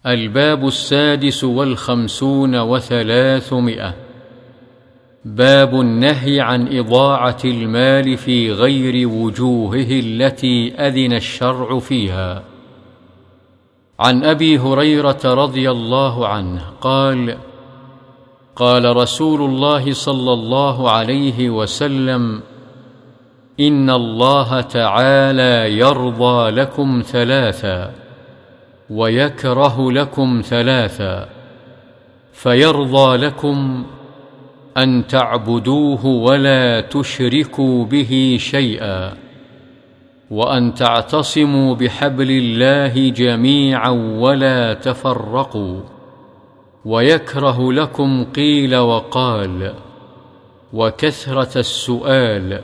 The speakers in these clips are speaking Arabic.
الباب 56 باب النهي عن إضاعة المال في غير وجوهه التي أذن الشرع فيها. عن أبي هريرة رضي الله عنه قال: قال رسول الله صلى الله عليه وسلم: إن الله تعالى يرضى لكم ثلاثا ويكره لكم ثلاثا، فيرضى لكم أن تعبدوه ولا تشركوا به شيئا، وأن تعتصموا بحبل الله جميعا ولا تفرقوا، ويكره لكم قيل وقال، وكثرة السؤال،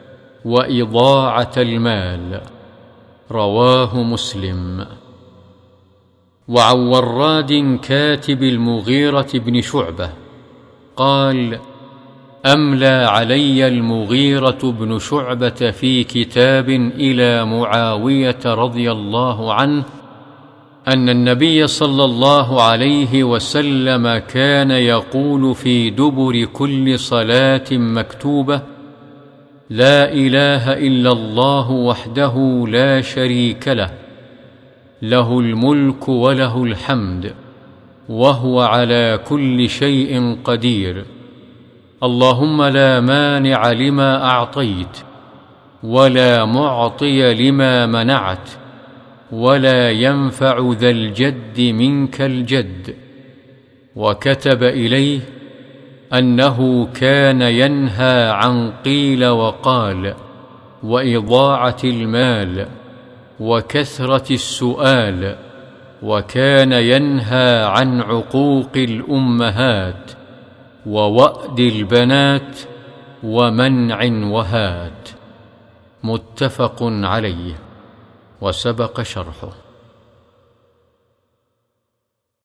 وإضاعة المال. رواه مسلم. وعن وراد كاتب المغيرة بن شعبة قال: أملى علي المغيرة بن شعبة في كتاب إلى معاوية رضي الله عنه أن النبي صلى الله عليه وسلم كان يقول في دبر كل صلاة مكتوبة: لا إله إلا الله وحده لا شريك له، له الملك وله الحمد، وهو على كل شيء قدير. اللهم لا مانع لما أعطيت، ولا معطي لما منعت، ولا ينفع ذا الجد منك الجد. وكتب إليه أنه كان ينهى عن قيل وقال، وإضاعة المال، وكثرة السؤال، وكان ينهى عن عقوق الأمهات، ووأد البنات، ومنع وهات. متفق عليه، وسبق شرحه.